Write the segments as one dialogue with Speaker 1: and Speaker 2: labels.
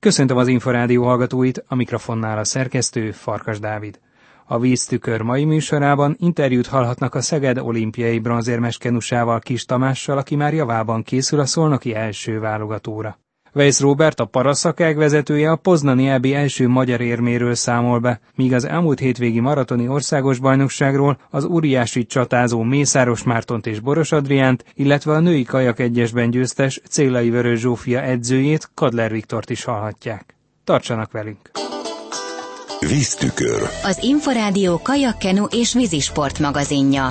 Speaker 1: Köszöntöm az Inforádió hallgatóit, a mikrofonnál a szerkesztő Farkas Dávid. A Víztükör mai műsorában interjút hallhatnak a Szeged olimpiai bronzérmes kenusával, Kiss Tamással, aki már javában készül a szolnoki első válogatóra. Weisz Róbert, a paraszakák vezetője, a Poznani EB első magyar érméről számol be, míg az elmúlt hétvégi maratoni országos bajnokságról az óriási csatázó Mészáros Mártont és Boros Adriánt, illetve a női kajak egyesben győztes Célai Vörös Zsófia edzőjét, Kadler Viktort is hallhatják. Tartsanak velünk!
Speaker 2: Víztükör.
Speaker 3: Az Inforádió kajakkenu és vízisport magazinja.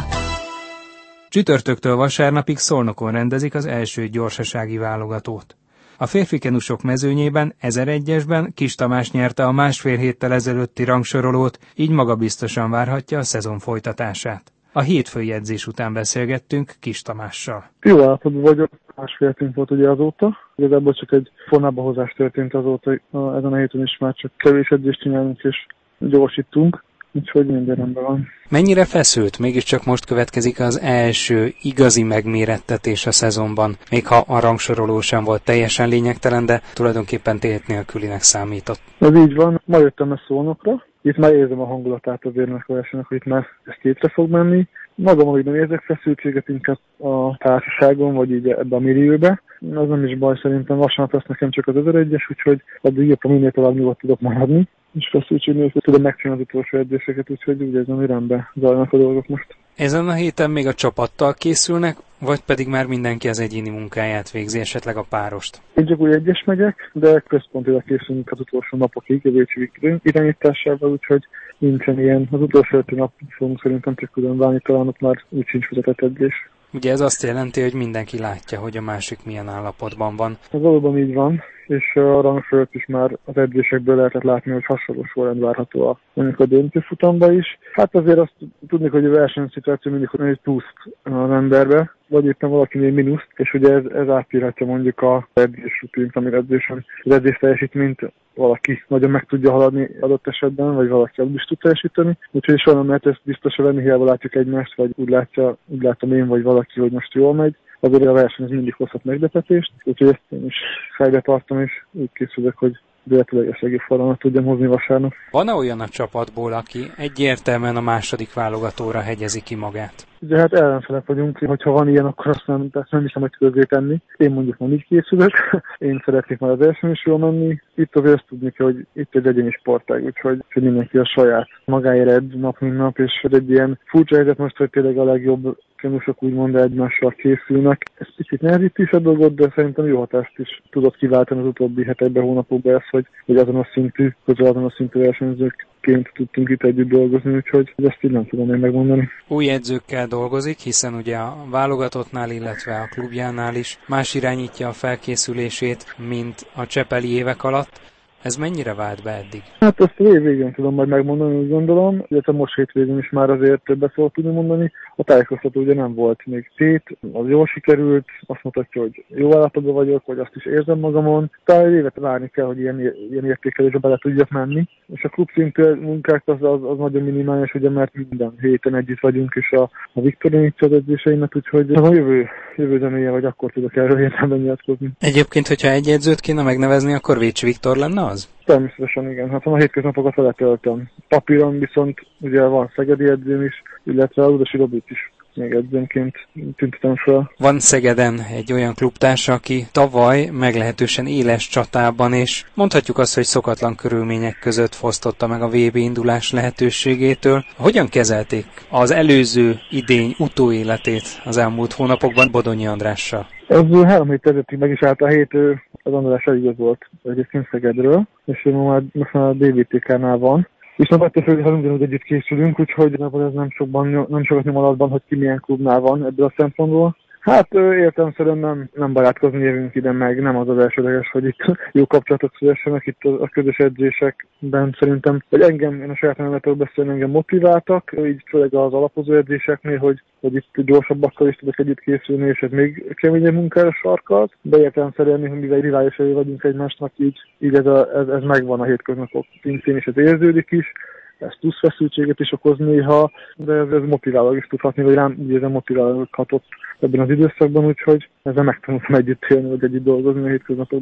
Speaker 1: Csütörtöktől vasárnapig Szolnokon rendezik az első gyorsasági válogatót. A férfi kenusok mezőnyében 1001-esben Kiss Tamás nyerte a másfél héttel ezelőtti rangsorolót, így magabiztosan várhatja a szezon folytatását. A hétfői edzés után beszélgettünk Kiss Tamással.
Speaker 4: Jó állapotban vagyok, másfél hetünk volt ugye azóta. Igazából csak egy formába hozás történt azóta, ezen a héten is már csak kevés edzést csinálunk és gyorsítunk, úgyhogy minden rendben van.
Speaker 1: Mennyire feszült? Mégiscsak most következik az első igazi megmérettetés a szezonban, még ha a rangsoroló sem volt teljesen lényegtelen, de tulajdonképpen tét nélkülinek számított.
Speaker 4: Ez így van, ma jöttem a Szolnokra, itt már érzem a hangulatát az érnek a versenynek, hogy itt már ez kétre fog menni. Magam, hogy nem érzek feszültséget inkább a társaságon, vagy így ebbe a millióbe. Az nem is baj, szerintem vasárnap lesz nekem csak az 1001-es, úgyhogy addig jobb, minél tovább nyugodt tudok maradni. És feszültség nélkül tudom megcsinálni az utolsó edzéseket, úgyhogy úgy érzem, hogy rendben zajlanak a dolgok most.
Speaker 1: Ezen a héten még a csapattal készülnek, vagy pedig már mindenki az egyéni munkáját végzi, esetleg a párost?
Speaker 4: Én csak úgy egyes megyek, de központilag készülünk az utolsó napokig, a Vécsi irányításával, úgyhogy nincsen ilyen. Az utolsó 5 nap fogunk szerintem csak külön válni, talán ott már úgy sincs vezetett edzés.
Speaker 1: Ugye ez azt jelenti, hogy mindenki látja, hogy a másik milyen állapotban van.
Speaker 4: Ez valóban így van, és a rangsorot is már az edzésekből lehetett látni, hogy hasonló sorrend várható mondjuk a döntőfutamban is. Hát azért azt tudni, hogy a versenyszituáció mindig egy pluszt az emberbe, vagy éppen valakinél mínuszt, és ugye ez átírhatja mondjuk az edzés rutint, amit edzésen, az edzés teljesítményt valaki nagyon meg tudja haladni adott esetben, vagy valaki alul is tud teljesíteni. Úgyhogy sajnálom, mert ezt biztosan venni, hiába látjuk egymást, vagy úgy látom én, vagy valaki, hogy most jól megy. Azért a verseny mindig hozhat meglepetést, úgyhogy ezt én is fejbe tartom, és úgy készülök, hogy véletleges legjobb formát tudjam hozni vasárnap.
Speaker 1: Van-e olyan a csapatból, aki egyértelműen a második válogatóra hegyezi ki magát?
Speaker 4: Ugye hát ellenfelek vagyunk, hogyha van ilyen, akkor azt nem hiszem, hogy közzé tenni. Én mondjuk nem így készülök, én szeretnék már az első is jól menni. Itt azért azt tudni kell, hogy itt egy egyéni sportág, úgyhogy mindenki a saját magáért edz nap mint nap, és egy ilyen furcsa helyzet most, hogy tényleg a legjobb kenusok úgymond egymással készülnek. Ez kicsit nehezíti is a dolgot, de szerintem jó hatást is tudott kiváltani az utóbbi hetekben, hónapokban ez, hogy azon a szintű versenyzőként tudtunk itt együtt dolgozni, úgyhogy ezt így nem tudom én megmondani.
Speaker 1: Új edzőkkel dolgozik, hiszen ugye a válogatottnál, illetve a klubjánál is más irányítja a felkészülését, mint a csepeli évek alatt. Ez mennyire vált be eddig?
Speaker 4: Hát ezt a végén tudom majd megmondani, úgy gondolom, illetve most hétvégén is már azért többet szól tudni mondani. A tájékoztató ugye nem volt még tét, az jól sikerült, azt mutatja, hogy jó állapotban vagyok, vagy azt is érzem magamon. Tehát egy évet várni kell, hogy ilyen értékelésbe bele tudjak menni. És a klubszintű munkák az nagyon minimális, ugye, mert minden héten együtt vagyunk, és a Viktor indítja az edzéseimet, úgyhogy a jövő zenéje, vagy akkor tudok erről értelemben nyilatkozni.
Speaker 1: Egyébként, hogyha egy edzőt kéne megnevezni, akkor Vécsi Viktor lenne az?
Speaker 4: Természetesen igen, hát a hétköznapokat vele töltöm. Papíron viszont ugye van szegedi edzőm is, illetve a Udasi Robit is még edzőnként tüntetem fel.
Speaker 1: Van Szegeden egy olyan klubtársa, aki tavaly meglehetősen éles csatában, és mondhatjuk azt, hogy szokatlan körülmények között fosztotta meg a VB indulás lehetőségétől. Hogyan kezelték az előző idény utóéletét az elmúlt hónapokban Bodonyi Andrással?
Speaker 4: Ez 3 hét ezelőttig meg is állt a hét, az András eligazollt egyébként Szegedről, és most már a DVTK-nál van. Viszont attól függ, hogy ugyanúgy együtt készülünk, úgyhogy ez nem sokat nyom alatban, hogy ki milyen klubnál van ebből a szempontból. Hát értelemszerűen nem barátkozni jövünk ide, meg nem az elsődleges, hogy itt jó kapcsolatok szülessenek itt a közös edzésekben szerintem, hogy én a saját nevemetől beszélni, engem motiváltak, így főleg az alapozó edzéseknél, hogy itt gyorsabbakkal is tudok együtt készülni, és ez még keményebb munkára sarkalt, de értelemszerűen, hogy mivel riválisai vagyunk egymásnak, így ez megvan a hétköznapok szintén, és ez érződik is. Ez plusz feszültséget is okoz néha, de ez motiváló is tudhatni, vagy rám úgy érzem motiválhatott ebben az időszakban, úgyhogy ezzel megtanultam együtt élni, vagy együtt dolgozni a hétköznapokban.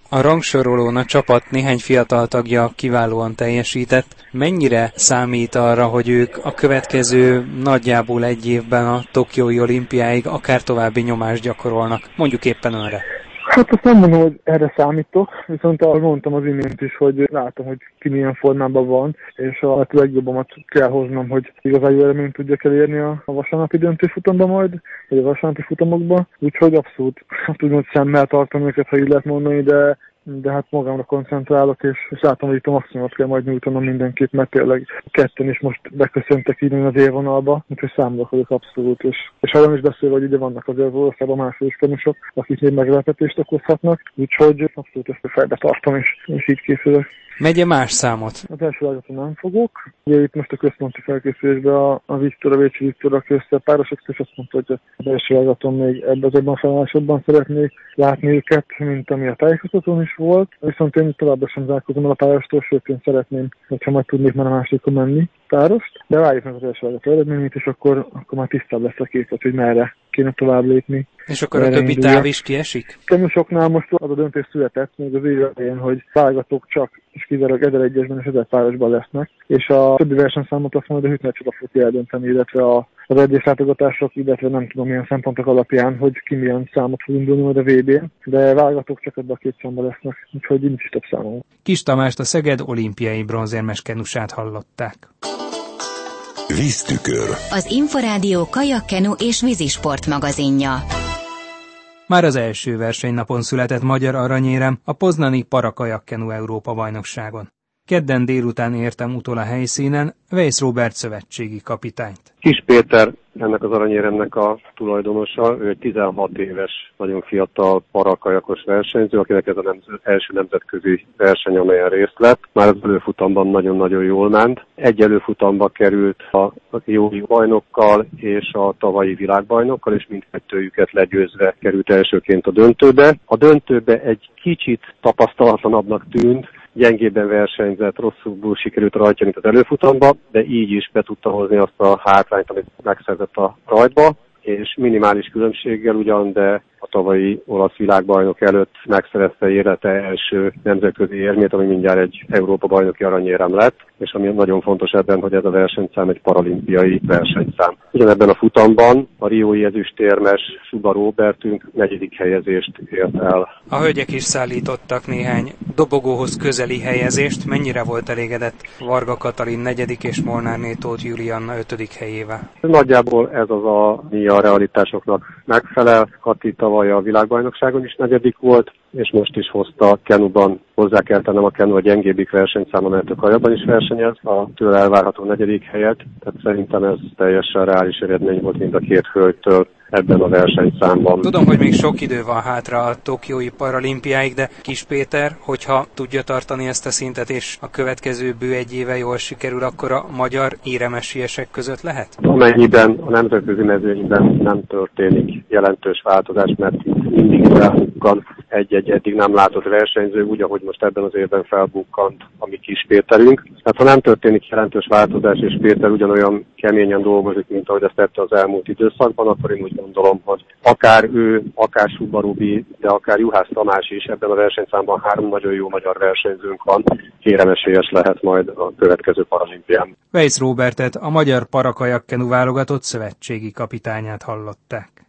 Speaker 1: A rangsorolón a csapat néhány fiatal tagja kiválóan teljesített. Mennyire számít arra, hogy ők a következő nagyjából egy évben a Tokiói olimpiáig akár további nyomást gyakorolnak, mondjuk éppen önre?
Speaker 4: Hát azt nem mondom, hogy erre számítok, viszont ahogy mondtam az imént is, hogy látom, hogy ki milyen formában van, és a legjobbamat kell hoznom, hogy igazán jó eredményt tudjak elérni a vasárnapi döntőfutamban majd, vagy a vasárnapi futamokban. Úgyhogy abszolút tudom szemmel tartom őket, ha így lehet mondani, de hát magamra koncentrálok, és látom, hogy itt a maximumot kell majd nyújtanom mindenképp, mert tényleg ketten is most beköszöntek így az élvonalba, úgyhogy számolok vagyok abszolút, és arra is beszélve, hogy ugye vannak azért országban második kanusok, akik még meglepetést okozhatnak, úgyhogy abszolút ezt fejbe tartom, és így készülök.
Speaker 1: Megye más számot?
Speaker 4: Az első válogaton nem fogok. Ugye itt most a központi felkészülésben a Viktor, a Vécsi Viktor, aki összepárosok, és azt mondta, hogy az első válogaton még ebben a felállásokban szeretnék látni őket, mint ami a tájékoztatón is volt. Viszont én továbbra sem zárkózom el a párostól, sőt én szeretném, hogyha majd tudnék már a másodikon menni párost. De várjuk meg az első válogaton eredményét, és akkor már tisztább lesz a képet, hogy merre kéne tovább lépni.
Speaker 1: És akkor a többi táv is kiesik?
Speaker 4: Kanusoknál most az a döntés született még az év elején, hogy válogatók csak és kizárólag 1001-esben és 1000 párosban lesznek, és a többi versenyszámot azt majd a Hüttner Csaba fogja eldönteni, illetve az edzéslátogatások, illetve nem tudom milyen szempontok alapján, hogy ki milyen számot fog indulni majd a VB-n, de válogatók csak ebben a két számban lesznek, úgyhogy nincs is több számon.
Speaker 1: Kis Tamást, a Szeged olimpiai bronzérmes kenusát hallották.
Speaker 3: Víztükör. Az Inforádió kajakkenu és vízisport magazinja.
Speaker 1: Már az első versenynapon született magyar aranyérem a poznani parakajakkenu Európa-bajnokságon. Kedden délután értem utol a helyszínen Weisz Róbert szövetségi kapitányt.
Speaker 2: Kis Péter ennek az aranyéremnek a tulajdonosa, ő egy 16 éves, nagyon fiatal parakajakos versenyző, akinek ez az első nemzetközi verseny, amelyen részt vett. Már az előfutamban nagyon-nagyon jól ment. Egy előfutamba került a jó bajnokkal és a tavalyi világbajnokkal, és mindkettőjüket legyőzve került elsőként a döntőbe. A döntőbe egy kicsit tapasztalatlanabbnak tűnt, gyengébben versenyzett, rosszul sikerült rajtja, mint az előfutamba, de így is be tudta hozni azt a hátrányt, amit megszerzett a rajtba, és minimális különbséggel ugyan, de a tavalyi olasz világbajnok előtt megszerezte élete első nemzetközi érmét, ami mindjárt egy Európa-bajnoki aranyérem lett, és ami nagyon fontos ebben, hogy ez a versenyszám egy paralimpiai versenyszám. Ugyanebben a futamban a riói ezüstérmes Suba Róbertünk 4. helyezést ért el.
Speaker 1: A hölgyek is szállítottak néhány dobogóhoz közeli helyezést. Mennyire volt elégedett Varga Katalin 4. és Molnár Tóth Julianna 5. helyével?
Speaker 2: Nagyjából ez az, ami a realitásoknak megfelel. Kati tavaly a világbajnokságon is 4. volt, és most is hozta kenuban, hozzá kell tennem, a kenu a gyengébbik versenyszám, amelyet a kajakban is versenyez, a tőle elvárható 4. helyet, tehát szerintem ez teljesen reális eredmény volt mind a két hölgytől ebben a versenyszámban.
Speaker 1: Tudom, hogy még sok idő van hátra a Tokiói paralimpiáig, de Kis Péter, hogyha tudja tartani ezt a szintet, és a következő bő egy éve jól sikerül, akkor a magyar éremesiesek között lehet?
Speaker 2: Amennyiben a nemzetközi mezőnyben nem történik jelentős változás, mert mindig felbukkan egy-egy eddig nem látott versenyző, úgy, ahogy most ebben az évben felbukkant a mi Kis Péterünk. Tehát ha nem történik jelentős változás, és Péter ugyanolyan keményen dolgozik, mint ahogy ezt tette az elmúlt időszakban, akkor én úgy gondolom, hogy akár ő, akár Suba Robi, de akár Juhász Tamás is ebben a versenyszámban 3 nagyon jó magyar versenyzőnk van, éremesélyes lehet majd a következő paralimpián.
Speaker 1: Weisz Róbertet, a magyar parakajakkenu válogatott szövetségi kapitányát hallották.